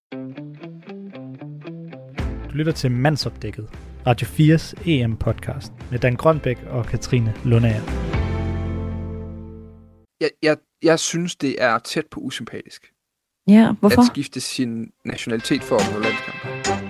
Du lytter til Mandsopdækket, Radio 4's EM-podcast med Dan Grønbæk og Katrine Lundager. Jeg synes, det er tæt på usympatisk. Ja, hvorfor? At skifte sin nationalitet for at nå landskamp.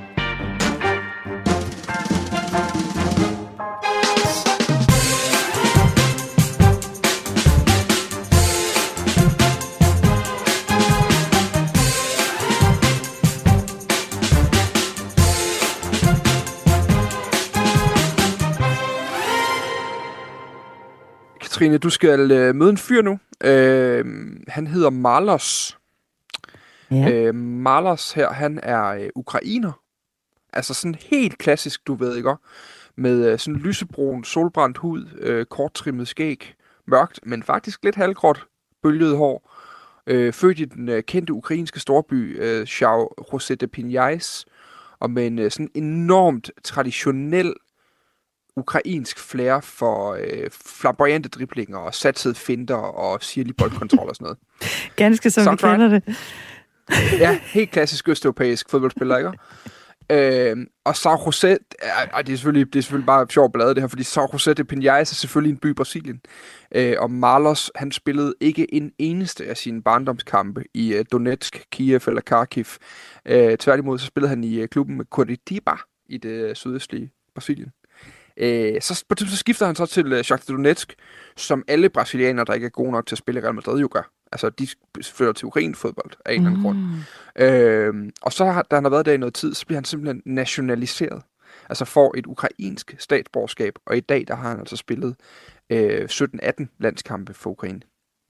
Katrine, du skal møde en fyr nu. Han hedder Marlos. Ja. Marlos her, han er ukrainer. Altså sådan helt klassisk, du ved ikke, med sådan lysebrun, solbrændt hud, korttrimmet skæg, mørkt, men faktisk lidt halvgråt, bølget hår. Født i den kendte ukrainske storby, Jose de Pinjais, og med en sådan enormt traditionel ukrainsk flair for flamboyante driblinger og satsede finter og sirlig boldkontrol og sådan noget. Ganske som vi kender det. Ja, helt klassisk østeuropæisk fodboldspiller, ikke? Og São José, det er selvfølgelig bare sjov ballade det her, fordi São José de Pinhais er selvfølgelig en by i Brasilien. Og Marlos, han spillede ikke en eneste af sine barndomskampe i Donetsk, Kiev eller Kharkiv. Tværtimod så spillede han i klubben med Curitiba i det sydøstlige Brasilien. Så skifter han så til Shakhtar Donetsk, som alle brasilianere, der ikke er gode nok til at spille Real Madrid, jo gør. Altså, de flytter til Ukraine-fodbold af en eller anden grund. Og så, da han har været der i noget tid, så bliver han simpelthen nationaliseret. Altså får et ukrainsk statsborgerskab, og i dag, der har han altså spillet 17-18 landskampe for Ukraine.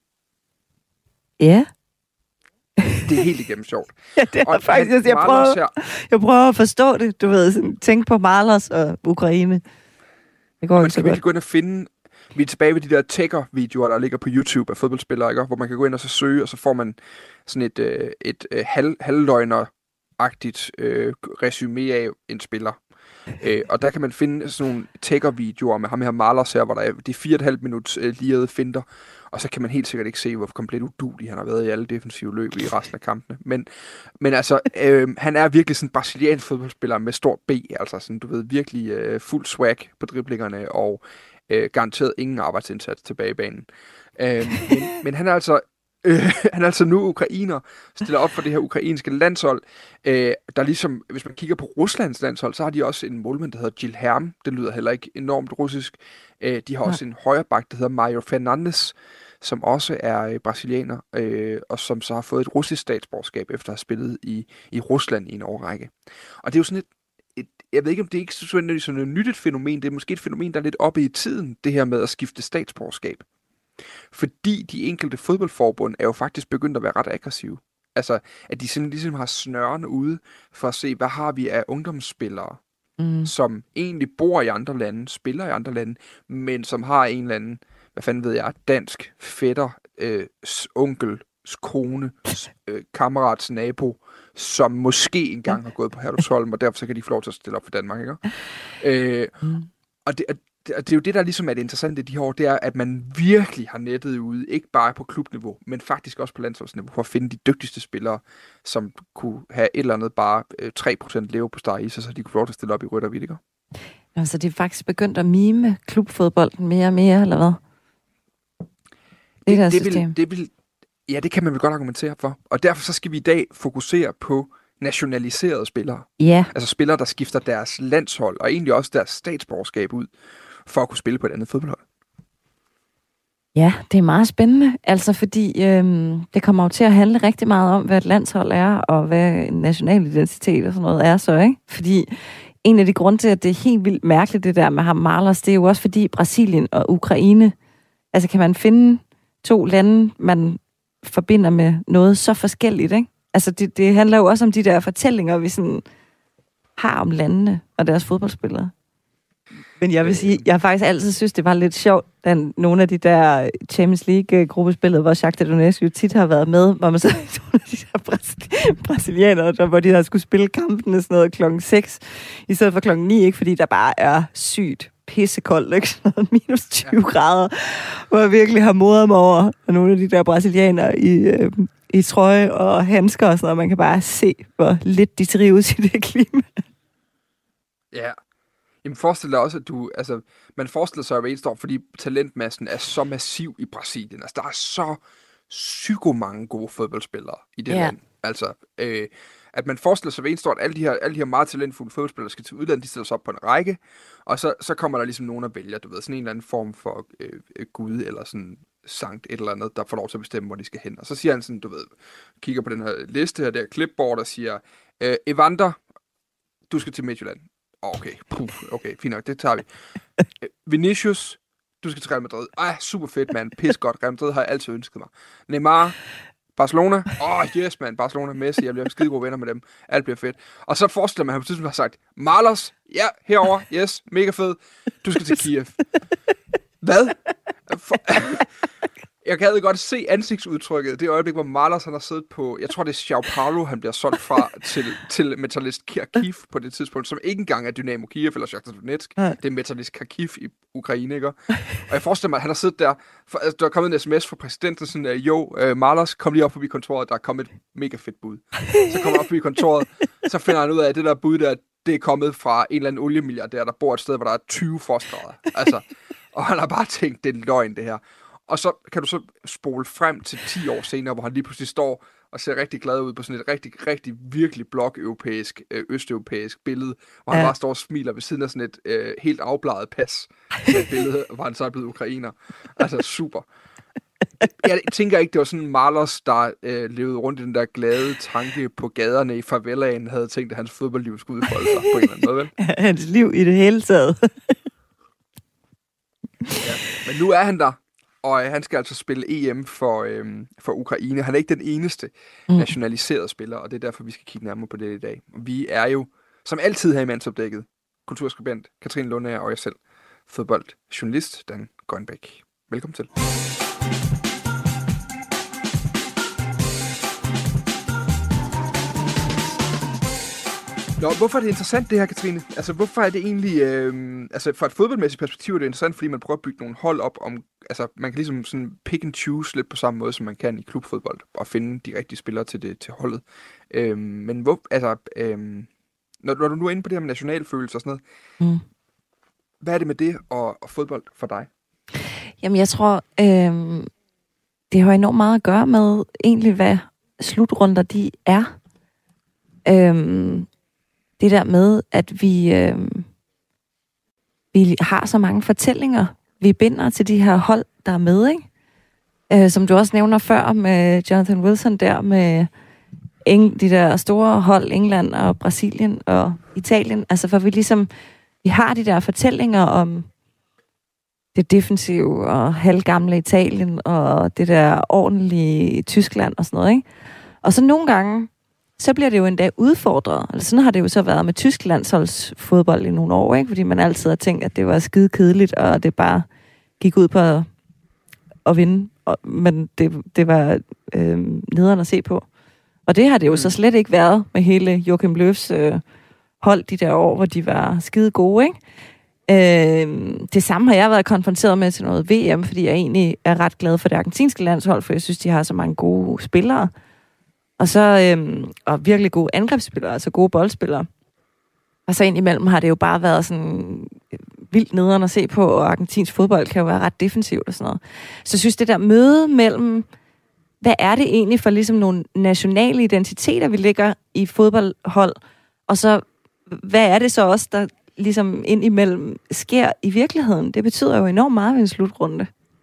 Ja. Det er helt igennem sjovt. Ja, det er faktisk, jeg prøver at forstå det, du ved, sådan, tænk på Marlos og Ukraine. Det går man skal virkelig gå ind og finde. Vi er tilbage ved de der tagger-videoer, der ligger på YouTube af fodboldspillere, ikke? Hvor man kan gå ind og så søge, og så får man sådan et halvløgner-agtigt resumé af en spiller. Og der kan man finde sådan nogle tagger-videoer med ham her Marlos her, hvor der er de 4,5 minuts lirede finter, og så kan man helt sikkert ikke se, hvor komplet uduelig han har været i alle defensive løb i resten af kampene. Men altså, han er virkelig sådan en brasiliansk fodboldspiller med stort B, altså sådan, du ved, virkelig fuld swag på driblingerne, og garanteret ingen arbejdsindsats tilbage i banen. Men han er altså nu ukrainer, stiller op for det her ukrainske landshold. Der ligesom, hvis man kigger på Ruslands landshold, så har de også en målmand, der hedder Gil Herm. Det lyder heller ikke enormt russisk. De har også en højreback, der hedder Mario Fernandes, som også er brasilianer, og som så har fået et russisk statsborgerskab, efter at have spillet i Rusland i en årrække. Og det er jo sådan jeg ved ikke, om det ikke er sådan et nyt fænomen. Det er måske et fænomen, der er lidt oppe i tiden, det her med at skifte statsborgerskab. Fordi de enkelte fodboldforbund er jo faktisk begyndt at være ret aggressive. Altså, at de simpelthen ligesom har snørene ude for at se, hvad har vi af ungdomsspillere, som egentlig bor i andre lande, spiller i andre lande, men som har en eller anden, hvad fanden ved jeg, dansk fætter, onkel, kone, kammerats nabo, som måske engang har gået på Herlufsholm, og derfor så kan de få lov til at stille op for Danmark, ikke? Og det er jo det, der ligesom er det interessante i de her år, det er, at man virkelig har nettet ude, ikke bare på klubniveau, men faktisk også på landsholdsniveau, for at finde de dygtigste spillere, som kunne have et eller andet bare 3% leverpostej i sig, så de kunne få lov til at stille op i rødt og hvidt, ikke? Altså, det er faktisk begyndt at mime klubfodbolden mere og mere, eller hvad? Ja, det kan man vel godt argumentere for. Og derfor så skal vi i dag fokusere på nationaliserede spillere. Ja. Altså spillere, der skifter deres landshold, og egentlig også deres statsborgerskab ud, for at kunne spille på et andet fodboldhold. Ja, det er meget spændende. Altså fordi det kommer jo til at handle rigtig meget om, hvad et landshold er, og hvad national identitet og sådan noget er så, ikke? Fordi en af de grunde til, at det er helt vildt mærkeligt, det der med ham Marlos, det er jo også fordi Brasilien og Ukraine, altså kan man finde to lande, man forbinder med noget så forskelligt, ikke? Altså, det handler jo også om de der fortællinger, vi sådan har om landene og deres fodboldspillere. Men jeg vil sige, jeg har faktisk altid synes, det var lidt sjovt, da nogle af de der Champions League-gruppespillede, hvor Shakhtar Donetsk jo tit har været med, hvor man så nogle af de der brasilianere, hvor de der skulle spille kampene sådan noget klokken 6, i stedet for klokken 9, ikke? Fordi der bare er sygt pissekoldt, ikke? Sådan noget minus 20 grader, hvor jeg virkelig har modret mig over nogle af de der brasilianere i trøje og handsker og sådan noget. Man kan bare se, hvor lidt de trives i det klima. Ja. Jamen forestil dig også, at man forestiller sig hver eneste år, fordi talentmassen er så massiv i Brasilien. Altså, der er så mange gode fodboldspillere i det land. Altså, at man forestiller sig hver eneste år, at alle de her meget talentfulde fodboldspillere skal til udlandet, de stiller sig op på en række, og så kommer der ligesom nogen at vælge, du ved, sådan en eller anden form for Gud, eller sådan sankt et eller andet, der får lov til at bestemme, hvor de skal hen. Og så siger han sådan, du ved, kigger på den her liste her, der clipboard, og siger, Evander, du skal til Midtjylland. Okay, fint nok, det tager vi. Vinicius, du skal til Real Madrid. Super fedt, mand. Pis godt. Real Madrid har jeg altid ønsket mig. Neymar, Barcelona. Yes, mand. Barcelona, Messi. Jeg bliver skide gode venner med dem. Alt bliver fedt. Og så forestiller man, at han på tidspunkt har sagt, Marlos, ja, herover. Yes, mega fed. Du skal til Kiev. Hvad? Jeg kan godt se ansigtsudtrykket. Det øjeblik, hvor Marlos han har siddet på, jeg tror det er Sao Paulo, han bliver solgt fra til Metalist Kharkiv på det tidspunkt, som ikke engang er Dynamo Kiev eller Shakhtar Donetsk. Det er Metalist Kharkiv i Ukraine, ikke? Og jeg forestiller mig, at han har siddet der, der er kommet en sms fra præsidenten, sådan, Marlos, kom lige op forbi kontoret, der er kommet et mega fedt bud. Så kommer han op forbi kontoret, så finder han ud af, at det der bud der, det er kommet fra en eller anden oliemilliardær, der bor et sted, hvor der er 20 frostgrader. Altså, og han har bare tænkt, det er løgn, det her. Og så kan du så spole frem til 10 år senere, hvor han lige pludselig står og ser rigtig glad ud på sådan et rigtig, virkelig blok-europæisk, østeuropæisk billede, hvor han bare står og smiler ved siden af sådan et helt afbladet pas. Et billede, hvor han så er blevet ukrainer. Altså super. Jeg tænker ikke, det var sådan Marlos, der levede rundt i den der glade tanke på gaderne i favelaen, havde tænkt, at hans fodboldliv skulle udfolde sig på en eller anden måde, vel? Hans liv i det hele taget. Ja, men nu er han der. Og han skal altså spille EM for Ukraine. Han er ikke den eneste nationaliserede spiller, og det er derfor, vi skal kigge nærmere på det i dag. Vi er jo, som altid her i Mandsopdækket, kulturskribent Katrine Lundager og jeg selv, fodboldjournalist Dan Grønbæk. Velkommen til. Nå, hvorfor er det interessant det her, Katrine? Altså, hvorfor er det egentlig... fra et fodboldmæssigt perspektiv er det interessant, fordi man prøver at bygge nogle hold op om... Altså, man kan ligesom sådan pick and choose lidt på samme måde, som man kan i klubfodbold, og finde de rigtige spillere til holdet. Men når du nu er inde på det her med nationalfølelse og sådan noget, hvad er det med det og fodbold for dig? Jamen, jeg tror, det har enormt meget at gøre med egentlig, hvad slutrunder de er. Det der med, at vi har så mange fortællinger, vi binder til de her hold, der er med, ikke? Som du også nævner før med Jonathan Wilson der, med de der store hold, England og Brasilien og Italien. Altså for vi har de der fortællinger om det defensive og halvgamle Italien og det der ordentlige Tyskland og sådan noget, ikke? Og så nogle gange, så bliver det jo endda udfordret. Altså sådan har det jo så været med tysk landsholdsfodbold i nogle år, ikke? Fordi man altid har tænkt, at det var skide kedeligt, og det bare gik ud på at vinde. Men det var nederen at se på. Og det har det jo så slet ikke været med hele Joachim Löws hold de der år, hvor de var skide gode, ikke? Det samme har jeg været konfronteret med til noget VM, fordi jeg egentlig er ret glad for det argentinske landshold, for jeg synes, de har så mange gode spillere. Og så og virkelig gode angrebsspillere, altså gode boldspillere. Og så indimellem har det jo bare været sådan vildt nederen at se på, og argentinsk fodbold kan jo være ret defensivt og sådan noget. Så jeg synes, det der møde mellem, hvad er det egentlig for ligesom nogle nationale identiteter, vi lægger i fodboldhold, og så hvad er det så også, der ligesom indimellem sker i virkeligheden? Det betyder jo enormt meget ved en slutrunde.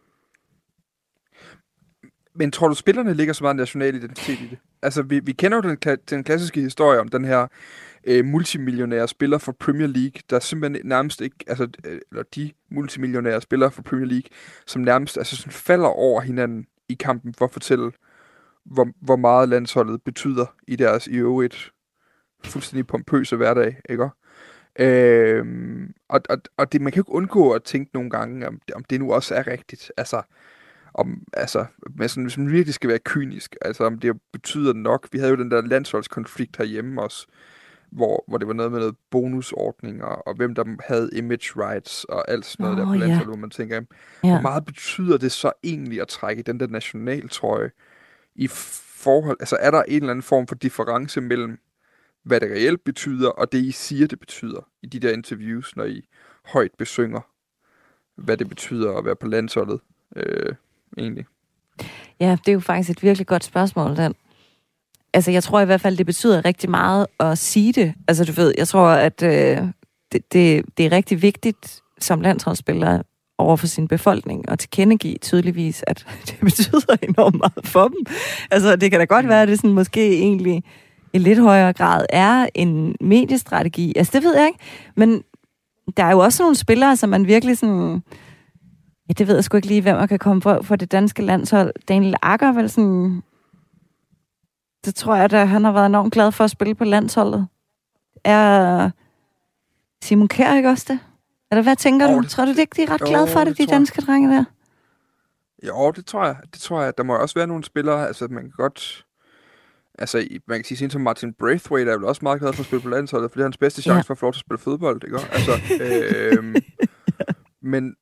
Men tror du, spillerne ligger så meget national identitet i det? Altså, vi kender jo den klassiske historie om den her multimillionære spiller for Premier League, der simpelthen nærmest ikke, altså, eller de multimillionære spillere for Premier League, som nærmest altså, sådan falder over hinanden i kampen for at fortælle, hvor meget landsholdet betyder i deres i øvrigt fuldstændig pompøse hverdag, ikke? Og det, man kan jo ikke undgå at tænke nogle gange, om det nu også er rigtigt. Hvis man virkelig skal være kynisk, altså om det betyder nok. Vi havde jo den der landsholdskonflikt herhjemme også, hvor det var noget med noget bonusordninger, og hvem der havde image rights, og alt sådan noget der på landsholdet, hvor man tænker, hvor meget betyder det så egentlig at trække den der nationaltrøje i forhold, altså er der en eller anden form for difference mellem, hvad det reelt betyder, og det I siger, det betyder i de der interviews, når I højt besynger, hvad det betyder at være på landsholdet, egentlig? Ja, det er jo faktisk et virkelig godt spørgsmål, den. Altså, jeg tror i hvert fald, det betyder rigtig meget at sige det. Altså, du ved, jeg tror, at det er rigtig vigtigt som landsholdsspiller over for sin befolkning og tilkendegive tydeligvis, at det betyder enormt meget for dem. Altså, det kan da godt være, at det sådan måske egentlig i lidt højere grad er en mediestrategi. Altså, det ved jeg ikke. Men der er jo også nogle spillere, som man virkelig sådan... Ja, det ved jeg sgu ikke lige, hvem man kan komme for det danske landshold. Daniel Agger, vel sådan... Det tror jeg, at han har været enormt glad for at spille på landsholdet. Er Simon Kjær ikke også det? Eller hvad tænker du? Tror du ikke, de er ret glade for det, de danske drenge der? Jo, det tror jeg. Det tror jeg. Der må også være nogle spillere, altså man kan godt... Altså, man kan sige sådan som Martin Braithwaite er vel også meget glad for at spille på landsholdet, for det er hans bedste chance for at få lov til at spille fodbold, ikke? Altså, men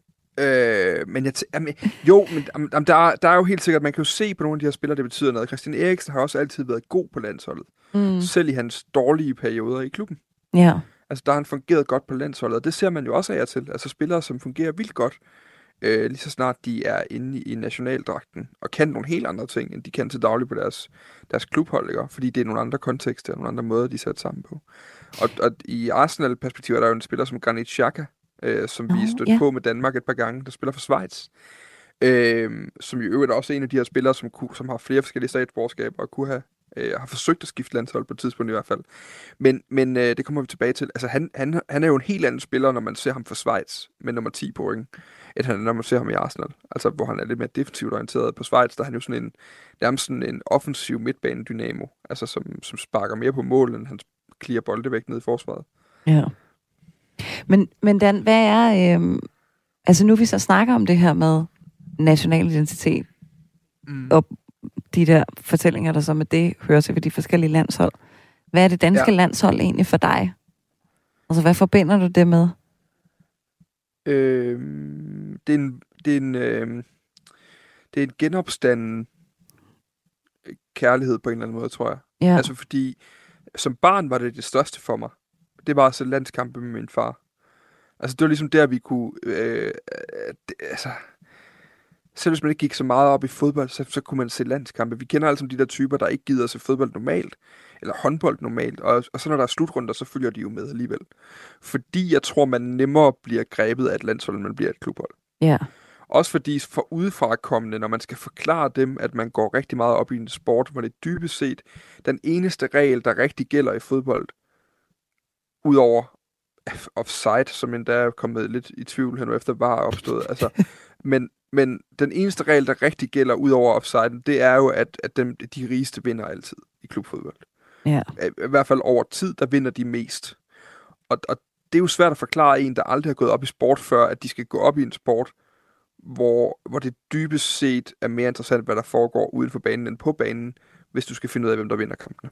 der er jo helt sikkert, man kan jo se på nogle af de her spillere, det betyder noget. Christian Eriksen har også altid været god på landsholdet. Selv i hans dårlige perioder i klubben. Ja. Altså, der har han fungeret godt på landsholdet, og det ser man jo også af til. Altså, spillere, som fungerer vildt godt, lige så snart de er inde i nationaldragten, og kan nogle helt andre ting, end de kan til daglig på deres klubhold, ikke? Fordi det er nogle andre kontekster, nogle andre måder, de er sat sammen på. Og i Arsenal-perspektiv er der jo en spiller som Granit Xhaka, som vi stødte på med Danmark et par gange, der spiller for Schweiz. Som i øvrigt også er en af de her spillere, som har flere forskellige statsborgerskaber, og kunne har forsøgt at skifte landshold på et tidspunkt i hvert fald. Men det kommer vi tilbage til. Altså, han er jo en helt anden spiller, når man ser ham for Schweiz, med nummer 10 på ryggen, end når man ser ham i Arsenal. Altså, hvor han er lidt mere defensivt orienteret. På Schweiz, der er han jo nærmest sådan en offensiv midtbane-dynamo, altså som sparker mere på mål, end han clear bolde væk ned i forsvaret. Ja. Men Dan, hvad er... altså, nu vi så snakker om det her med national identitet, og de der fortællinger, der så med det hører sig ved de forskellige landshold. Hvad er det danske landshold egentlig for dig? Altså, hvad forbinder du det med? Det er en genopstanden kærlighed på en eller anden måde, tror jeg. Ja. Altså, fordi som barn var det største for mig. Det var altså landskampe med min far. Altså, det var ligesom der, vi kunne... selv hvis man ikke gik så meget op i fodbold, så kunne man se landskampe. Vi kender altså de der typer, der ikke gider at se fodbold normalt, eller håndbold normalt, og så når der er slutrunder, så følger de jo med alligevel. Fordi jeg tror, man nemmere bliver grebet af et landshold, end man bliver et klubhold. Ja. Også fordi for udefrakommende, når man skal forklare dem, at man går rigtig meget op i en sport, hvor det dybest set den eneste regel, der rigtig gælder i fodbold, udover offside, som endda er kommet lidt i tvivl hen efter var opstået. Altså, men den eneste regel, der rigtig gælder ud over offside, det er jo, at de rigeste vinder altid i klubfodbold. Ja. I hvert fald over tid, der vinder de mest. Og det er jo svært at forklare en, der aldrig har gået op i sport før, at de skal gå op i en sport, hvor det dybest set er mere interessant, hvad der foregår uden for banen end på banen, hvis du skal finde ud af, hvem der vinder kampene.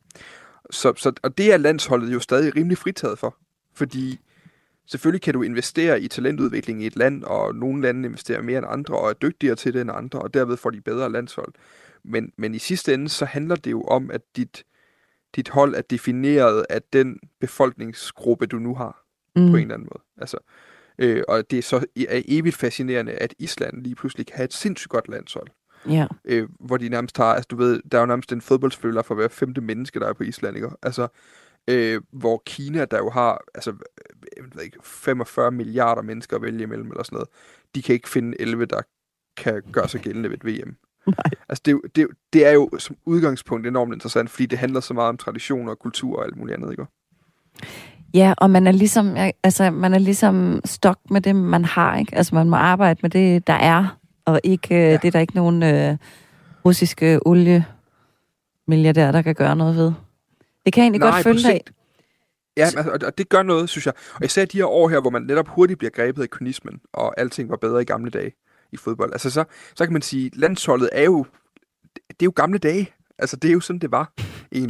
Og det er landsholdet jo stadig rimelig fritaget for. Fordi selvfølgelig kan du investere i talentudvikling i et land, og nogle lande investerer mere end andre, og er dygtigere til det end andre, og derved får de bedre landshold. Men i sidste ende, så handler det jo om, at dit hold er defineret af den befolkningsgruppe, du nu har, på en eller anden måde. Altså, og det er så evigt fascinerende, at Island lige pludselig kan have et sindssygt godt landshold. Ja. Hvor de nærmest har, altså du ved, der er jo nærmest en fodboldspiller for hver 5. menneske, der er på Island, ikke? Altså, hvor Kina, der jo har, altså, jeg ved ikke, 45 milliarder mennesker at vælge imellem, eller sådan noget, de kan ikke finde 11, der kan gøre sig gældende ved et VM. Nej. Altså, det er jo som udgangspunkt enormt interessant, fordi det handler så meget om traditioner og kultur og alt muligt andet, ikke? Ja, og man er ligesom stok med det, man har, ikke? Altså, man må arbejde med det, der er, og ikke, det er der ikke nogen russiske oliemilliardær, der kan gøre noget ved. Det kan jeg egentlig godt følge af. Ja, altså, og det gør noget, synes jeg. Og især de her år her, hvor man netop hurtigt bliver grebet af kynismen, og alting var bedre i gamle dage i fodbold. Altså, så kan man sige, landsholdet er jo gamle dage. Altså, det er jo sådan, det var, egentlig.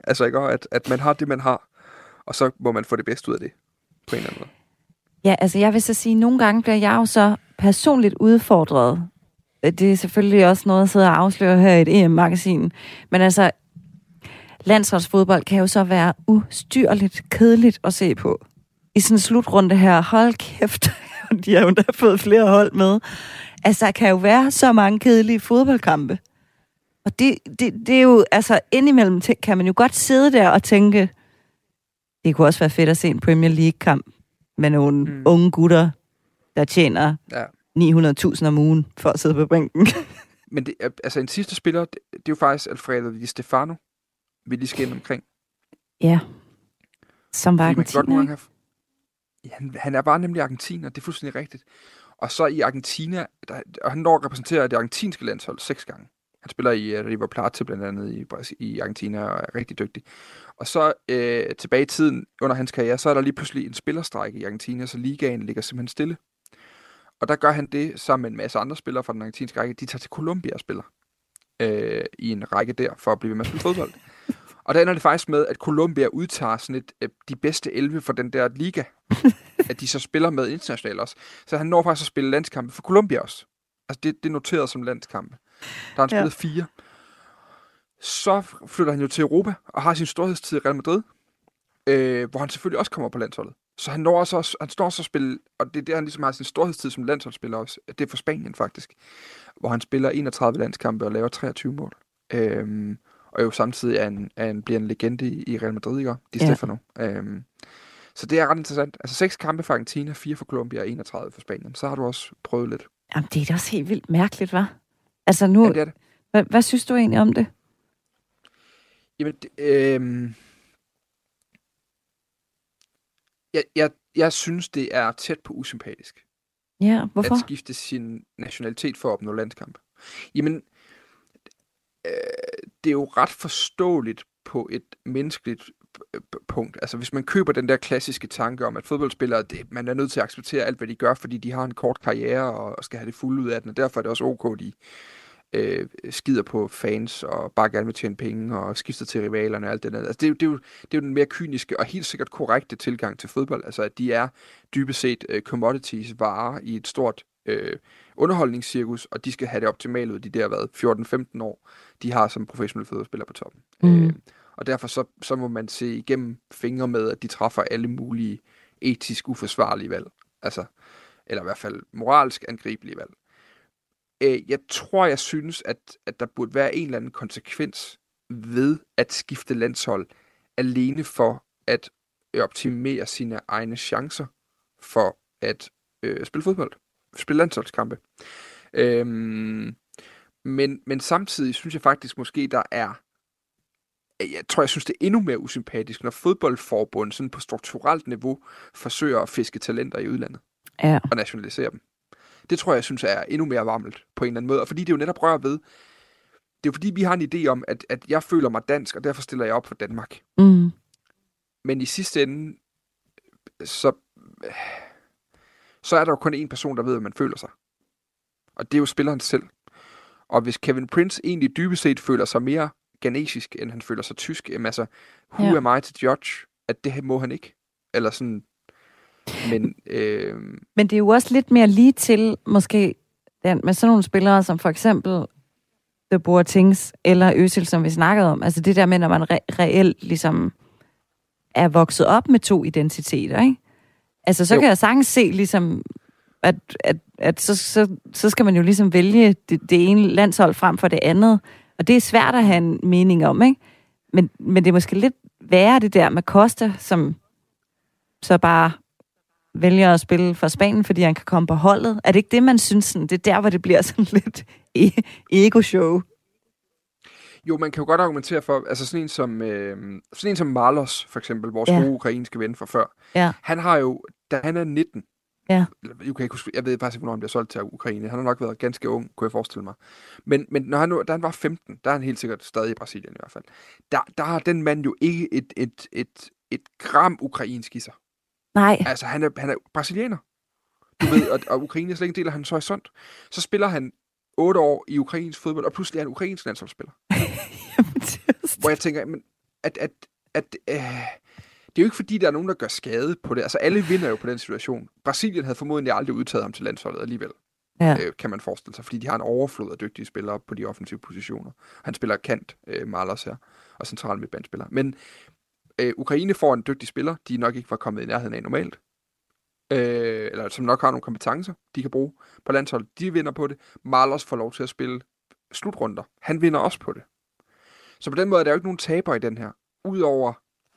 Altså ikke, at man har det, man har, og så må man få det bedste ud af det, på en eller anden måde. Ja, altså jeg vil så sige, at nogle gange bliver jeg jo så personligt udfordret. Det er selvfølgelig også noget, jeg sidder og afslører her i et EM-magasin. Men altså, landsholdsfodbold kan jo så være ustyrligt kedeligt at se på. I sådan en slutrunde her, hold kæft, de har jo endda fået flere hold med. Altså, der kan jo være så mange kedelige fodboldkampe. Og det er jo, altså indimellem kan man jo godt sidde der og tænke, det kunne også være fedt at se en Premier League-kamp med nogle unge gutter, der tjener 900.000 om ugen for at sidde på bænken. Men det, altså en sidste spiller, det er jo faktisk Alfredo Di Stefano, vi lige skal ind omkring. Ja, som var Argentina. Han er bare nemlig argentiner, det er fuldstændig rigtigt. Og så i Argentina, og han når at repræsentere det argentinske landshold 6 gange. Han spiller i River Plate blandt andet i Argentina og er rigtig dygtig. Og så tilbage i tiden under hans karriere, så er der lige pludselig en spillerstrejke i Argentina, så ligaen ligger simpelthen stille. Og der gør han det sammen med en masse andre spillere fra den argentinske række. De tager til Colombia og spiller i en række der, for at blive ved med at spille fodbold. Og der ender det faktisk med, at Colombia udtager sådan de bedste 11 for den der liga. At de så spiller med internationalt også. Så han når faktisk at spille landskampe for Colombia også. Altså det er noteret som landskampe. Der har han spillet 4. Så flytter han jo til Europa og har sin storhedstid i Real Madrid. Hvor han selvfølgelig også kommer på landsholdet. Så han står også at spille, og det er der, han ligesom har sin storhedstid som landsholdsspiller også. Det er for Spanien faktisk. Hvor han spiller 31 landskampe og laver 23 mål. Og jo samtidig bliver en legende i Real Madrid, ikke? Di Stefano. Så det er ret interessant. Altså 6 kampe for Argentina, 4 for Colombia og 31 for Spanien. Så har du også prøvet lidt. Jamen, det er da også helt vildt mærkeligt, hva'? Altså nu, det er det. Hvad synes du egentlig om det? Jamen, jeg synes, det er tæt på usympatisk. Ja, hvorfor? At skifte sin nationalitet for at opnå landskamp. Jamen, det er jo ret forståeligt på et menneskeligt punkt. Altså, hvis man køber den der klassiske tanke om, at fodboldspillere, man er nødt til at acceptere alt, hvad de gør, fordi de har en kort karriere og skal have det fulde ud af den, og derfor er det også ok, de skider på fans og bare gerne vil tjene penge og skifter til rivalerne og alt det der. Altså, det er jo den mere kyniske og helt sikkert korrekte tilgang til fodbold. Altså, at de er dybest set commodities, varer i et stort underholdningscirkus, og de skal have det optimale ud, de der 14-15 år, de har som professionelle fodboldspillere på toppen. Og derfor så må man se igennem fingre med, at de træffer alle mulige etisk uforsvarlige valg. Altså, eller i hvert fald moralsk angribelige valg. Jeg synes, at der burde være en eller anden konsekvens ved at skifte landshold alene for at optimere sine egne chancer for at spille fodbold. Spille landsholdskampe. Men samtidig synes jeg faktisk måske, jeg synes, det er endnu mere usympatisk, når fodboldforbund sådan på strukturelt niveau forsøger at fiske talenter i udlandet. Ja. Og nationalisere dem. Det tror jeg synes er endnu mere varmelt på en eller anden måde. Og fordi det jo netop rører ved, det er jo fordi, vi har en idé om, at jeg føler mig dansk, og derfor stiller jeg op for Danmark. Men i sidste ende, så er der jo kun én person, der ved, hvad man føler sig. Og det er jo spilleren selv. Og hvis Kevin Prince egentlig dybest set føler sig mere ghanesisk, end han føler sig tysk, altså, who am I to judge? At det må han ikke. Eller sådan. Men det er jo også lidt mere lige til, måske, med sådan nogle spillere, som for eksempel The Boatings eller Özil, som vi snakkede om. Altså det der med, når man reelt ligesom er vokset op med 2 identiteter, ikke? Altså så kan jeg sagtens se ligesom, at så skal man jo ligesom vælge det ene landshold frem for det andet. Og det er svært at have en mening om, ikke? Men det er måske lidt værre det der med Costa, som så bare vælger at spille for Spanien, fordi han kan komme på holdet. Er det ikke det, man synes? Sådan, det er der, hvor det bliver sådan lidt ego-show? Jo, man kan jo godt argumentere for, altså sådan en som Marlos, for eksempel, vores gode ukrainske ven fra før. Ja. Han har jo, da han er 19, jeg ved faktisk ikke, hvornår han bliver solgt til Ukraine. Han har nok været ganske ung, kunne jeg forestille mig. Men da han var 15, der er han helt sikkert stadig i Brasilien i hvert fald. Der har den mand jo ikke et gram ukrainsk i sig. Nej. Altså, han er brasilianer. Du ved, og Ukraine er slet ikke en del af hans horisont. Så spiller han 8 år i ukrainsk fodbold, og pludselig er han ukrainsk landsholdsspiller. Hvor jeg tænker, men det er jo ikke fordi, der er nogen, der gør skade på det. Altså, alle vinder jo på den situation. Brasilien havde formodentlig aldrig udtaget ham til landsholdet alligevel, kan man forestille sig, fordi de har en overflod af dygtige spillere på de offensive positioner. Han spiller kant, Marlos her, og central midtbanespiller. Men Ukraine får en dygtig spiller, de nok ikke var kommet i nærheden af normalt. Eller som nok har nogle kompetencer, de kan bruge på landsholdet. De vinder på det. Marlos får lov til at spille slutrunder. Han vinder også på det. Så på den måde er der jo ikke nogen taber i den her. Udover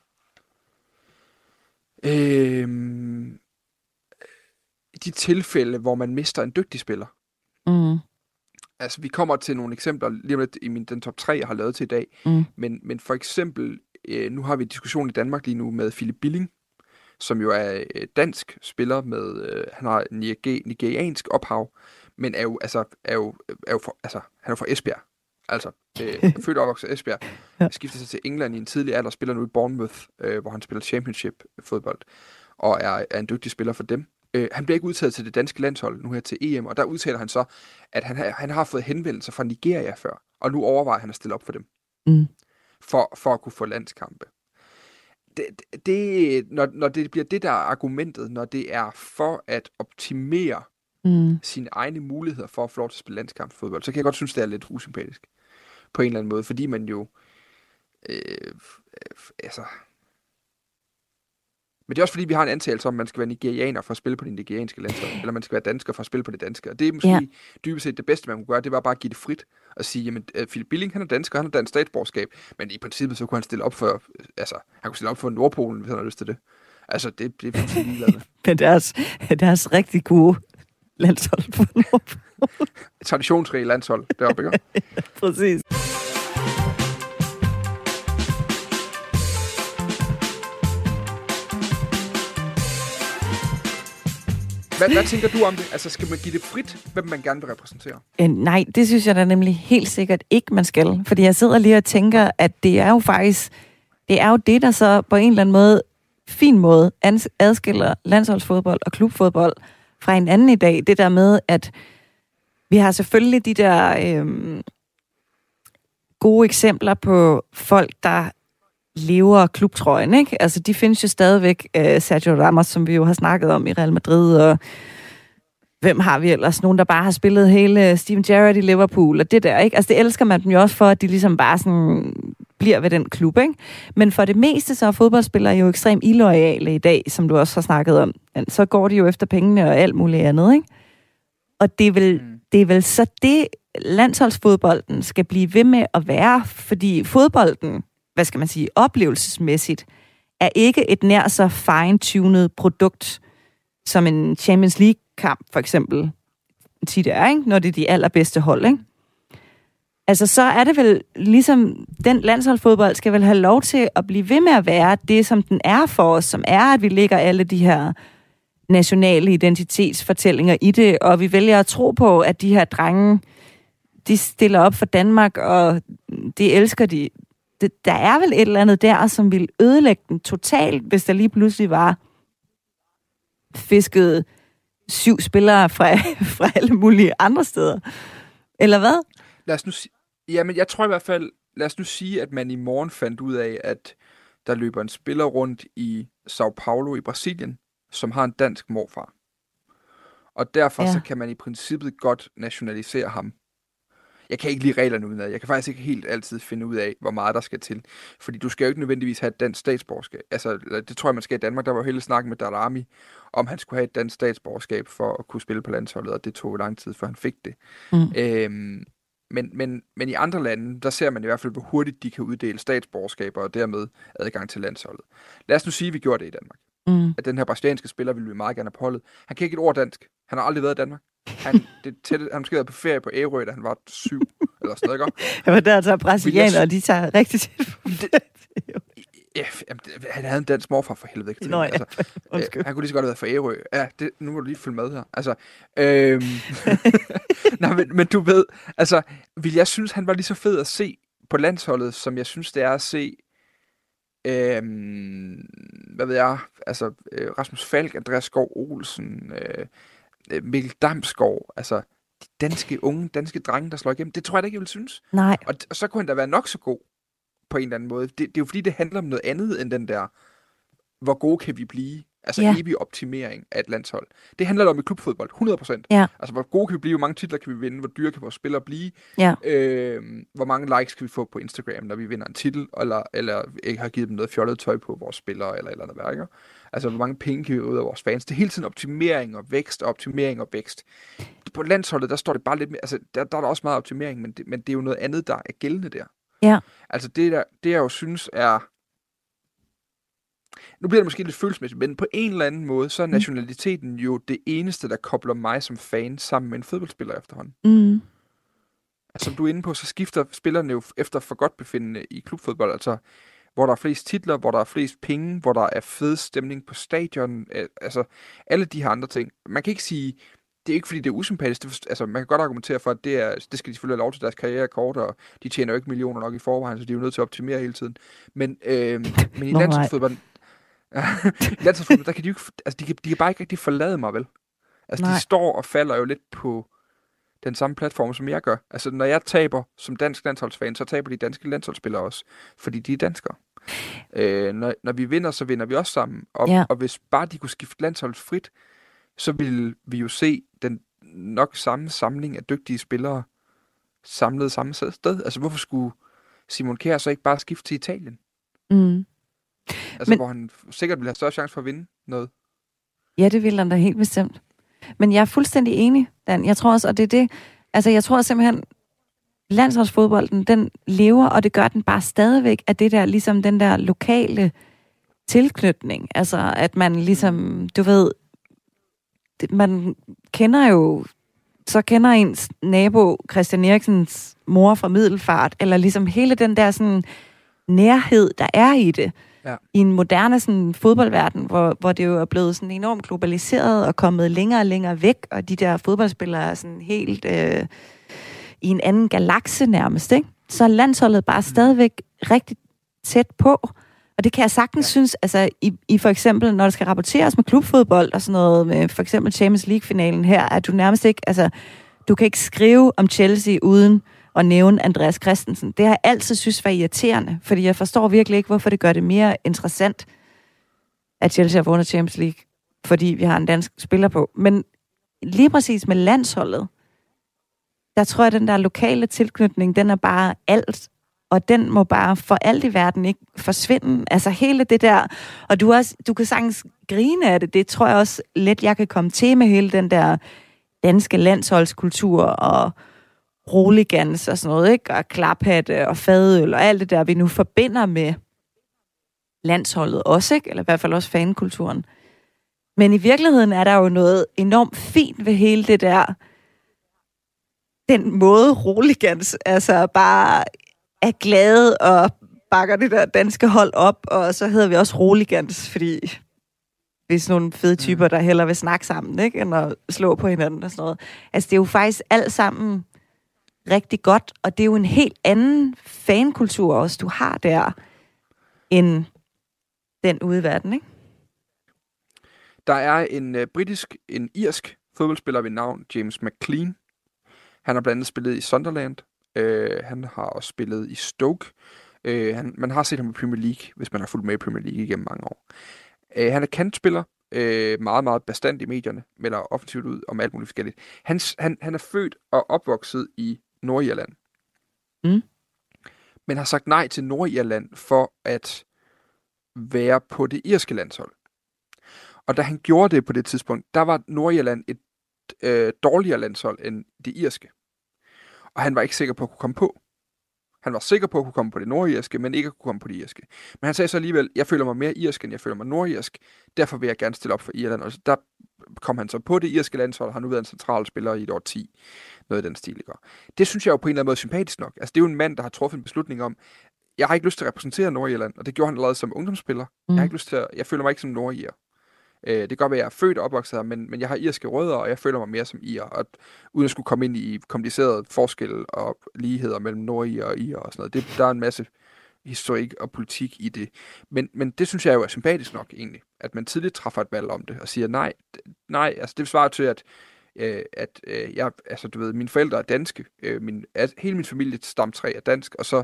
de tilfælde, hvor man mister en dygtig spiller. Altså, vi kommer til nogle eksempler lige om lidt i den top 3, jeg har lavet til i dag. Men for eksempel, nu har vi en diskussion i Danmark lige nu med Philip Billing, som jo er dansk spiller med, han har nigeriansk ophav, men han er jo fra Esbjerg. Altså, født og opvokset i Esbjerg. Skifter sig til England i en tidlig alder, spiller nu i Bournemouth, hvor han spiller championship-fodbold, og er en dygtig spiller for dem. Han bliver ikke udtaget til det danske landshold nu her til EM, og der udtaler han så, at han har fået henvendelser fra Nigeria før, og nu overvejer han at stille op for dem, for at kunne få landskampe. Når det bliver det, der er argumentet, når det er for at optimere sine egne muligheder for at få lov til at spille landskampsfodbold, så kan jeg godt synes, det er lidt usympatisk på en eller anden måde, fordi man jo men det er også fordi, vi har en antagelse om, at man skal være nigerianer for at spille på det nigerianske landshold, eller man skal være dansker for at spille på det danske. Og det er måske dybest set det bedste, man kunne gøre, det var bare at give det frit og sige, jamen, Philip Billing, han er dansker, han har dansk statsborgerskab, men i princippet så kunne han stille op for, han kunne stille op for Nordpolen, hvis han har lyst til det. Altså, det er fuldstændig ligeglad med. Men deres rigtig gode landshold på Nordpolen. Traditionsrige landshold deroppe, ikke? Præcis. Hvad tænker du om det? Altså, skal man give det frit, hvem man gerne vil repræsentere? Nej, det synes jeg da nemlig helt sikkert ikke, man skal. Fordi jeg sidder lige og tænker, at det er jo faktisk, det er jo det, der så på en eller anden måde, fin måde, adskiller landsholdsfodbold og klubfodbold fra hinanden i dag. Det der med, at vi har selvfølgelig de der gode eksempler på folk, der lever klubtrøjen, ikke? Altså, de findes jo stadigvæk, Sergio Ramos, som vi jo har snakket om i Real Madrid, og hvem har vi ellers? Nogen, der bare har spillet hele Steven Gerrard i Liverpool, og det der, ikke? Altså, det elsker man dem jo også for, at de ligesom bare sådan bliver ved den klub, ikke? Men for det meste, så er fodboldspillere jo ekstremt illoyale i dag, som du også har snakket om. Så går de jo efter pengene og alt muligt andet, ikke? Og det er vel så det, landsholdsfodbolden skal blive ved med at være, fordi fodbolden, hvad skal man sige, oplevelsesmæssigt, er ikke et nær så fine-tunet produkt, som en Champions League-kamp, for eksempel, tit er, ikke? Når det er de allerbedste hold, ikke? Altså, så er det vel ligesom, den landsholdsfodbold skal vel have lov til at blive ved med at være det, som den er for os, som er, at vi lægger alle de her nationale identitetsfortællinger i det, og vi vælger at tro på, at de her drenge, de stiller op for Danmark, og det elsker de. Der er vel et eller andet der, som vil ødelægge den totalt, hvis der lige pludselig var fisket 7 spillere fra alle mulige andre steder. Eller hvad? Men jeg tror i hvert fald, lad os nu sige, at man i morgen fandt ud af, at der løber en spiller rundt i São Paulo i Brasilien, som har en dansk morfar. Og derfor så kan man i princippet godt nationalisere ham. Jeg kan ikke lide reglerne udenad. Jeg kan faktisk ikke helt altid finde ud af, hvor meget der skal til. Fordi du skal jo ikke nødvendigvis have et dansk statsborgerskab. Altså, det tror jeg, man skal i Danmark. Der var jo hele snakken med Darami, om han skulle have et dansk statsborgerskab for at kunne spille på landsholdet, og det tog lang tid, før han fik det. Men i andre lande, der ser man i hvert fald, hvor hurtigt de kan uddele statsborgerskaber, og dermed adgang til landsholdet. Lad os nu sige, at vi gjorde det i Danmark. At den her brasilianske spiller ville vi meget gerne have på holdet. Han kan ikke et ord dansk. Han har aldrig været i Danmark. Han måske været på ferie på Ærø, da han var 7, eller sådan noget, ikke? Jeg var der, brasilianere, og de tager rigtig tit på han havde en dansk morfar for helvede, ikke? Nå, ja. Altså, han kunne lige så godt have været for Ærø. Ja, nu må du lige følge med her. Altså, men du ved, altså, vil jeg synes, han var lige så fed at se på landsholdet, som jeg synes, det er at se hvad ved jeg, altså Rasmus Falk, Andreas Skov Olsen, Mikkel Damsgaard, altså de unge danske drenge, der slår igennem. Det tror jeg da ikke, jeg vil synes. Nej. Og så kunne han da være nok så god på en eller anden måde. Det er jo fordi, det handler om noget andet end den der, hvor gode kan vi blive? Altså evig optimering af et landshold. Det handler om i klubfodbold, 100%. Ja. Altså, hvor gode kan vi blive, hvor mange titler kan vi vinde, hvor dyre kan vores spillere blive, Ja. hvor mange likes kan vi få på Instagram, når vi vinder en titel, eller ikke har givet dem noget fjollet tøj på vores spillere, eller andet værker. Altså, hvor mange penge kan vi ud af vores fans. Det er hele tiden optimering og vækst, og optimering og vækst. På landsholdet, der står det bare lidt mere, altså, der er der også meget optimering, men det er jo noget andet, der er gældende der. Ja. Altså, det jeg jo synes er, nu bliver det måske lidt følelsesmæssigt, men på en eller anden måde, så er nationaliteten jo det eneste, der kobler mig som fan sammen med en fodboldspiller efterhånden. Mm. Altså, som du er inde på, så skifter spillerne jo efter for godt befindende i klubfodbold, altså hvor der er flest titler, hvor der er flest penge, hvor der er fed stemning på stadion, altså alle de her andre ting. Man kan ikke sige, det er ikke fordi det er usympatisk, altså man kan godt argumentere for, at det skal de selvfølgelig have lov til, deres karriere er kort, og de tjener jo ikke millioner nok i forvejen, så de er jo nødt til at optimere hele tiden. Men i landsholdsfodbold, der kan de jo ikke, altså de kan bare ikke rigtig forlade mig, vel? Altså de står og falder jo lidt på den samme platform, som jeg gør. Altså når jeg taber som dansk landsholdsfan, så taber de danske landsholdsspillere også, fordi de er danskere. Når vi vinder, så vinder vi også sammen. Og hvis bare de kunne skifte landshold frit, så ville vi jo se den nok samme samling af dygtige spillere samlet samme sted. Altså hvorfor skulle Simon Kjær så ikke bare skifte til Italien? Mm. Altså hvor han sikkert ville have større chance for at vinde noget. Ja, det ville han da helt bestemt. Men jeg er fuldstændig enig, Dan. Jeg tror også, og det er det, altså jeg tror simpelthen, landsholdsfodbolden, den lever, og det gør den bare stadigvæk af det der, ligesom den der lokale tilknytning. Altså, at man ligesom, du ved, man kender jo, så kender ens nabo Christian Eriksens mor fra Middelfart, eller ligesom hele den der sådan nærhed, der er i det. Ja. I en moderne sådan, fodboldverden, hvor det jo er blevet sådan enormt globaliseret og kommet længere og længere væk, og de der fodboldspillere er sådan helt i en anden galakse nærmest, ikke? Så er landsholdet bare stadigvæk rigtig tæt på, og det kan jeg sagtens synes, altså i for eksempel, når der skal rapporteres med klubfodbold og sådan noget, med for eksempel Champions League-finalen her, at du nærmest ikke, altså du kan ikke skrive om Chelsea uden at nævne Andreas Christensen. Det har jeg altid synes var irriterende, fordi jeg forstår virkelig ikke, hvorfor det gør det mere interessant, at Chelsea har vundet Champions League, fordi vi har en dansk spiller på. Men lige præcis med landsholdet, der tror jeg, at den der lokale tilknytning, den er bare alt, og den må bare for alt i verden ikke forsvinde. Altså hele det der, og du kan sagtens grine af det, det tror jeg også let, jeg kan komme til med hele den der danske landsholdskultur og roligans og sådan noget, ikke? Og klaphatte og fadøl og alt det der, vi nu forbinder med landsholdet også, ikke? Eller i hvert fald også fankulturen. Men i virkeligheden er der jo noget enormt fint ved hele det der, den måde roligans, altså bare er glade og bakker det der danske hold op, og så hedder vi også roligans, fordi vi er sådan nogle fede typer, der hellere vil snakke sammen, ikke? End at slå på hinanden og sådan noget. Altså det er jo faktisk alt sammen rigtig godt, og det er jo en helt anden fankultur også, du har der, end den ude i verden, ikke? Der er en irsk fodboldspiller ved navn James McLean. Han har blandt andet spillet i Sunderland. Han har også spillet i Stoke. Man har set ham i Premier League, hvis man har fulgt med i Premier League igennem mange år. Han er kantspiller, meget, meget bestandt i medierne, melder offensivt ud om alt muligt forskelligt. Han er født og opvokset i Nordirland. Men har sagt nej til Nordirland for at være på det irske landshold. Og da han gjorde det på det tidspunkt, der var Nordirland et dårligere landshold end det irske. Og han var ikke sikker på at kunne komme på. Han var sikker på at kunne komme på det nordirske, men ikke at kunne komme på det irske. Men han sagde så alligevel, jeg føler mig mere irsk, end jeg føler mig nordirsk. Derfor vil jeg gerne stille op for Irland. Og der kom han så på det irske landshold, og har nu været en central spiller i et år 10. Noget i den stil, ikke? Det synes jeg jo på en eller anden måde sympatisk nok. Altså det er jo en mand, der har truffet en beslutning om, jeg har ikke lyst til at repræsentere Nordirland, og det gjorde han allerede som ungdomsspiller. Jeg føler mig ikke som nordirer. Det kan godt være, at jeg er født og opvokset her, men jeg har irske rødder, og jeg føler mig mere som irer. Og uden at skulle komme ind i komplicerede forskelle og ligheder mellem nordirer og irer og sådan noget. Der er en masse historik og politik i det. Men det synes jeg jo er sympatisk nok egentlig, at man tidligt træffer et valg om det og siger nej. Altså det svarer til, at jeg, altså du ved, mine forældre er danske, hele min familie stamtræ er dansk, og så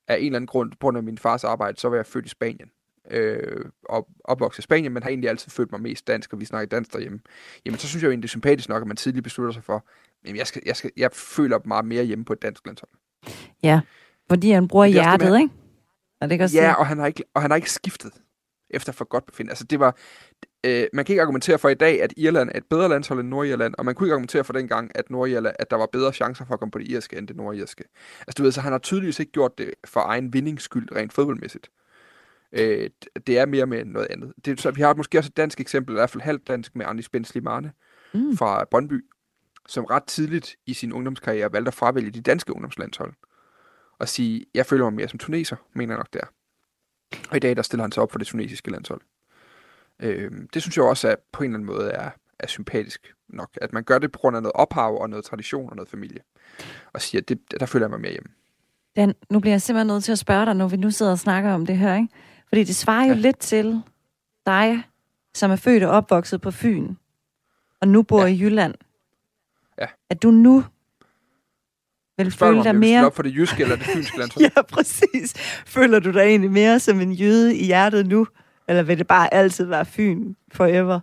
af en eller anden grund, på grund af min fars arbejde, så var jeg født i Spanien. Og opvokset i Spanien, men har egentlig altid følt mig mest dansk, og vi snakker dansk derhjemme. Jamen, så synes jeg jo egentlig, det er sympatisk nok, at man tidligt beslutter sig for, jamen, jeg føler meget mere hjemme på et dansk landshold. Ja, fordi han bruger hjertet, det, ikke? Er det ikke også ja, det? og han har ikke skiftet efter for godt befindende. Altså, det var... man kan ikke argumentere for i dag, at Irland er et bedre landshold end Nordirland, og man kunne ikke argumentere for dengang, at Nordirland, at der var bedre chancer for at komme på det irske end det nordirske. Altså, du ved, så han har tydeligvis ikke gjort det for egen vindingsskyld, rent fodboldmæssigt. Det er mere med noget andet. Så vi har måske også et dansk eksempel, i hvert fald halvt dansk, med Andis Ben Slimane fra Brøndby, som ret tidligt i sin ungdomskarriere valgte at fravælge de danske ungdomslandshold. Og sige, jeg føler mig mere som tuneser, mener jeg nok der. Og i dag, der stiller han sig op for det tunesiske landshold. Det synes jeg også, at på en eller anden måde er sympatisk nok. At man gør det på grund af noget ophav og noget tradition og noget familie. Og siger, at der føler jeg mig mere hjemme. Dan, nu bliver jeg simpelthen nødt til at spørge dig, når vi nu sidder og snakker om det her, ikke? Fordi det svarer jo lidt til dig, som er født og opvokset på Fyn, og nu bor i Jylland. Ja. At du nu vil føle dig mere... op for det jyske eller det fynske landshold. Ja, præcis. Føler du dig egentlig mere som en jyde i hjertet nu? Eller vil det bare altid være Fyn forever?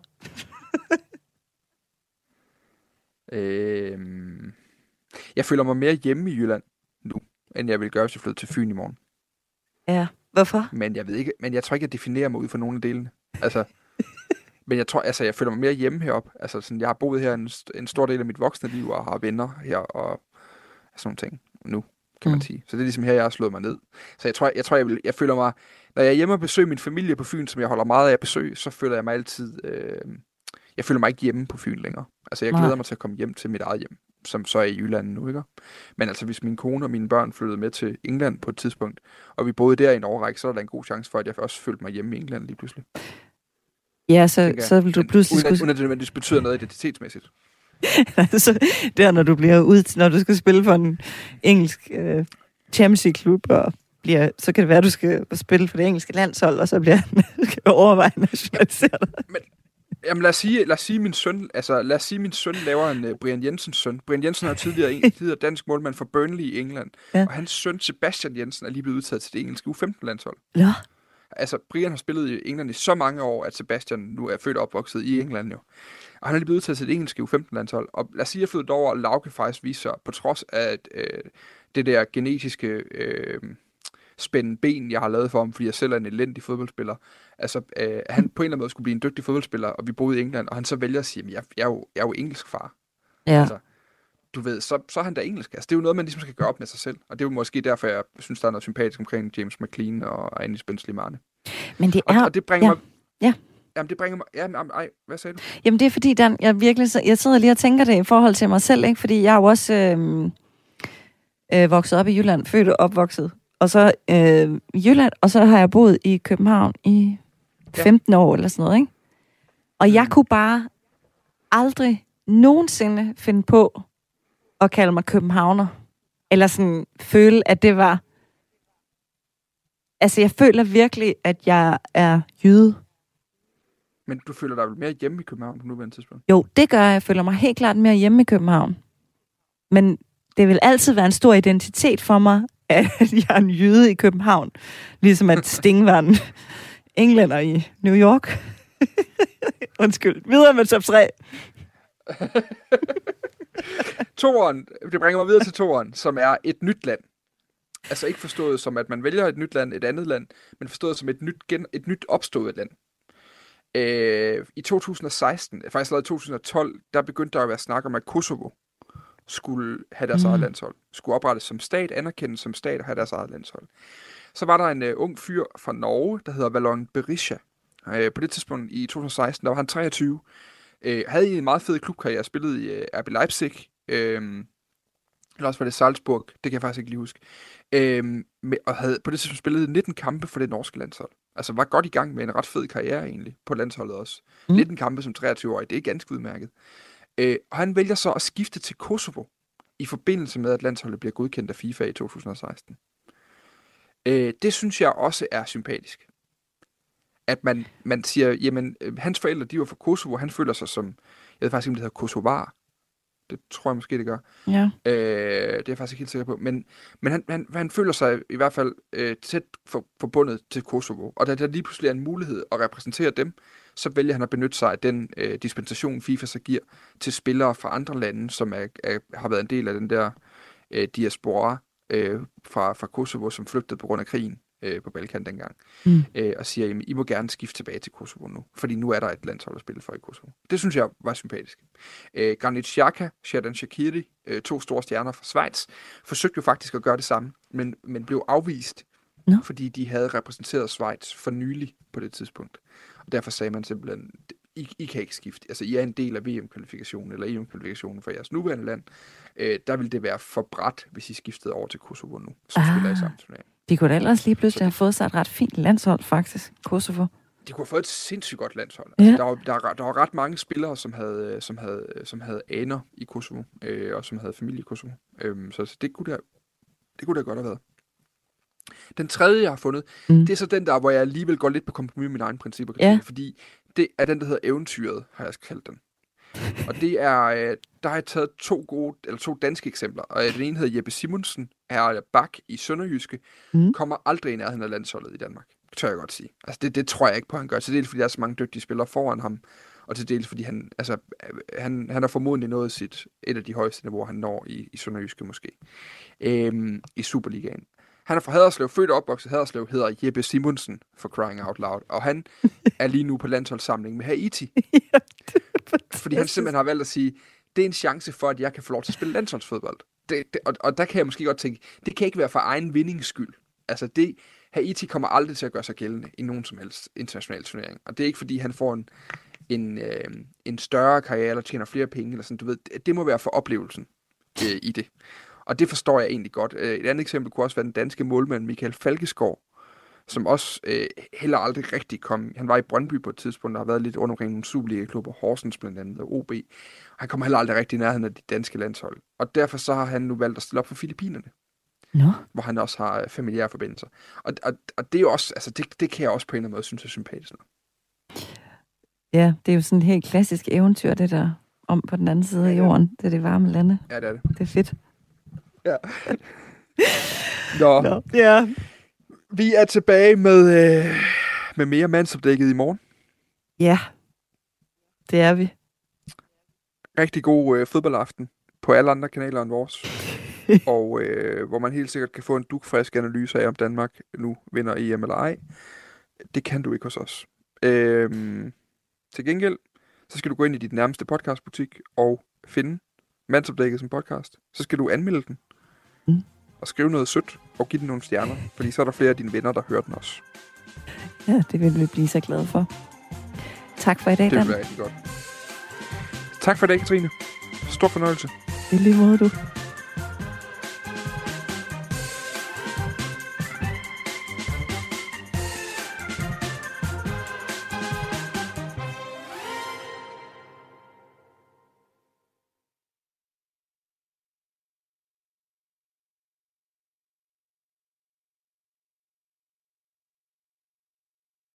Jeg føler mig mere hjemme i Jylland nu, end jeg vil gøre, hvis jeg flytter til Fyn i morgen. Ja, hvorfor? Men jeg tror ikke, jeg definerer mig ud for nogle af delene. Altså, men jeg tror, jeg føler mig mere hjemme heroppe. Altså, sådan, jeg har boet her en stor del af mit voksne liv, og har venner her, og sådan nogle ting nu, kan man sige. Så det er ligesom her, jeg har slået mig ned. Så jeg føler mig, når jeg er hjemme og besøger min familie på Fyn, som jeg holder meget af at besøge, så føler jeg mig altid, jeg føler mig ikke hjemme på Fyn længere. Altså, jeg glæder mig til at komme hjem til mit eget hjem, som så er i Jylland nu, ikke? Men altså, hvis min kone og mine børn flyttede med til England på et tidspunkt, og vi boede der i en årrække, så er der en god chance for, at jeg også følte mig hjemme i England lige pludselig. Ja, så vil du pludselig... Uden at det nødvendigvis betyder noget identitetsmæssigt. Altså, der når du skal spille for en engelsk Champions League-klub, og så kan det være, at du skal spille for det engelske landshold, og så skal du overveje nationaliseret. Men jamen, lad os sige min søn laver en Brian Jensens søn. Brian Jensen har tidligere dansk målmand for Burnley i England, og hans søn Sebastian Jensen er lige blevet udtaget til det engelske U15-landshold. Ja. Altså, Brian har spillet i England i så mange år, at Sebastian nu er født og opvokset i England jo. Og han er lige blevet udtaget til det engelske U15-landshold. Og lad os sige, at jeg flyttede over, og Lauke faktisk viser, på trods af det der genetiske spændende ben, jeg har lavet for ham, fordi jeg selv er en elendig fodboldspiller. Altså, han på en eller anden måde skulle blive en dygtig fodboldspiller, og vi boede i England, og han så vælger at sige, at jeg er jo engelsk far. Ja. Altså, du ved, så er han da engelsk. Altså, det er jo noget, man ligesom skal gøre op med sig selv. Og det er jo måske derfor, jeg synes, der er noget sympatisk omkring James McLean og Andis Ben Slimane. Men det er... Og det bringer mig... Ja. Jamen, det bringer mig... hvad sagde du? Jamen, det er fordi, Dan, jeg sidder lige og tænker det i forhold til mig selv, ikke? Fordi jeg er jo også vokset op i Jylland, født og opvokset. Og så i Jylland, og så har jeg boet i København i 15 år eller sådan noget, ikke? Og jeg kunne bare aldrig nogensinde finde på at kalde mig københavner. Eller sådan føle, at det var... Altså, jeg føler virkelig, at jeg er jyde. Men du føler dig vel mere hjemme i København på nuværende tidspunkt? Jo, det gør jeg. Jeg føler mig helt klart mere hjemme i København. Men det vil altid være en stor identitet for mig, at jeg er en jyde i København. Ligesom at Sting var en englænder i New York. Undskyld. Videre med top 3. Toeren, det bringer mig videre til toeren, som er et nyt land. Altså ikke forstået som, at man vælger et nyt land, et andet land, men forstået som et nyt opstået land. I 2016, faktisk allerede i 2012, der begyndte der at være snak om, at Kosovo skulle have deres eget landshold. Skulle oprettes som stat, anerkendes som stat og have deres eget landshold. Så var der en ung fyr fra Norge, der hedder Valon Berisha. På det tidspunkt i 2016, der var han 23. Havde en meget fed klubkarriere, spillede i RB Leipzig. Eller også var det Salzburg, det kan jeg faktisk ikke lige huske. Og havde på det tidspunkt spillet 19 kampe for det norske landshold. Altså var godt i gang med en ret fed karriere egentlig, på landsholdet også. 19 kampe som 23-årig, det er ganske udmærket. Og han vælger så at skifte til Kosovo, i forbindelse med, at landsholdet bliver godkendt af FIFA i 2016. Det synes jeg også er sympatisk. At man siger, jamen, hans forældre, de var fra Kosovo, han føler sig som, jeg ved faktisk ikke, om det hedder kosovar. Det tror jeg måske, det gør. Ja. Det er jeg faktisk ikke helt sikker på. Men han føler sig i hvert fald tæt forbundet til Kosovo. Og da der lige pludselig er en mulighed at repræsentere dem, så vælger han at benytte sig af den dispensation, FIFA så giver til spillere fra andre lande, som har været en del af den der diaspora fra Kosovo, som flygtede på grund af krigen på Balkan dengang. Og siger, jamen, I må gerne skifte tilbage til Kosovo nu, fordi nu er der et landshold at spille for i Kosovo. Det synes jeg var sympatisk. Granit Xhaka, Xherdan Shaqiri, 2 store stjerner fra Schweiz, forsøgte jo faktisk at gøre det samme, men blev afvist, fordi de havde repræsenteret Schweiz for nylig på det tidspunkt. Og derfor sagde man simpelthen, I kan ikke skifte. Altså, I er en del af VM-kvalifikationen eller EM-kvalifikationen for jeres nuværende land. Der ville det være for bræt, hvis I skiftede over til Kosovo nu, som spiller i samme turnering. De kunne da ellers lige pludselig have fået sig et ret fint landshold, faktisk, Kosovo. De kunne have fået et sindssygt godt landshold. Altså, der var ret mange spillere, som havde aner i Kosovo, og som havde familie i Kosovo. Så det kunne da godt have været. Den tredje, jeg har fundet, det er så den der, hvor jeg alligevel går lidt på kompromis med mine egne principper, fordi det er den, der hedder Eventyret, har jeg kaldt den. Og det er, der har jeg taget 2 danske eksempler, og den ene hedder Jeppe Simonsen, er bak i Sønderjyske, kommer aldrig i nærheden af landsholdet i Danmark. Det tør jeg godt sige. Altså det tror jeg ikke på, han gør. Til dels fordi der er så mange dygtige spillere foran ham, og til dels fordi han har formodentlig nået et af de højeste niveauer, han når i Sønderjyske måske. I Superligaen. Han er fra Haderslev, født og opvokset i Haderslev, hedder Jeppe Simonsen, for crying out loud. Og han er lige nu på landsholdssamling med Haiti. Fordi han simpelthen har valgt at sige, det er en chance for, at jeg kan få lov til at spille landsholdsfodbold. Og der kan jeg måske godt tænke, det kan ikke være for egen vindings skyld. Altså Haiti kommer aldrig til at gøre sig gældende i nogen som helst international turnering. Og det er ikke fordi, han får en større karriere, eller tjener flere penge, eller sådan, du ved. Det må være for oplevelsen i det. Og det forstår jeg egentlig godt. Et andet eksempel kunne også være den danske målmand Michael Falkeskov, som også heller aldrig rigtig kom. Han var i Brøndby på et tidspunkt, der har været lidt rundt omkring nogle Superliga-klubber, Horsens blandt andet, og OB. Og han kommer heller aldrig rigtig i nærheden af de danske landshold. Og derfor så har han nu valgt at stille op for Filippinerne. Hvor han også har familiære forbindelser. Og det er jo også, altså det kan jeg også på en eller anden måde synes er sympatisk. Ja, det er jo sådan et helt klassisk eventyr, det der om på den anden side af jorden. Det er det varme lande. Ja, det er det. Det er fedt. Ja. Nå. Ja. Vi er tilbage med mere mandsopdækket i morgen. Ja, det er vi. Rigtig god fodboldaften på alle andre kanaler end vores. Og hvor man helt sikkert kan få en dugfrisk analyse af, om Danmark nu vinder EM eller ej. Det kan du ikke hos os. Til gengæld, så skal du gå ind i dit nærmeste podcastbutik og finde mandsopdækket som podcast. Så skal du anmelde den. Og skrive noget sødt og give den nogle stjerner. Fordi så er der flere af dine venner, der hører den også. Ja, det vil vi blive så glade for. Tak for i dag, Dan. Det vil være rigtig godt. Tak for i dag, Katrine. Stor fornøjelse. I lige måde, du.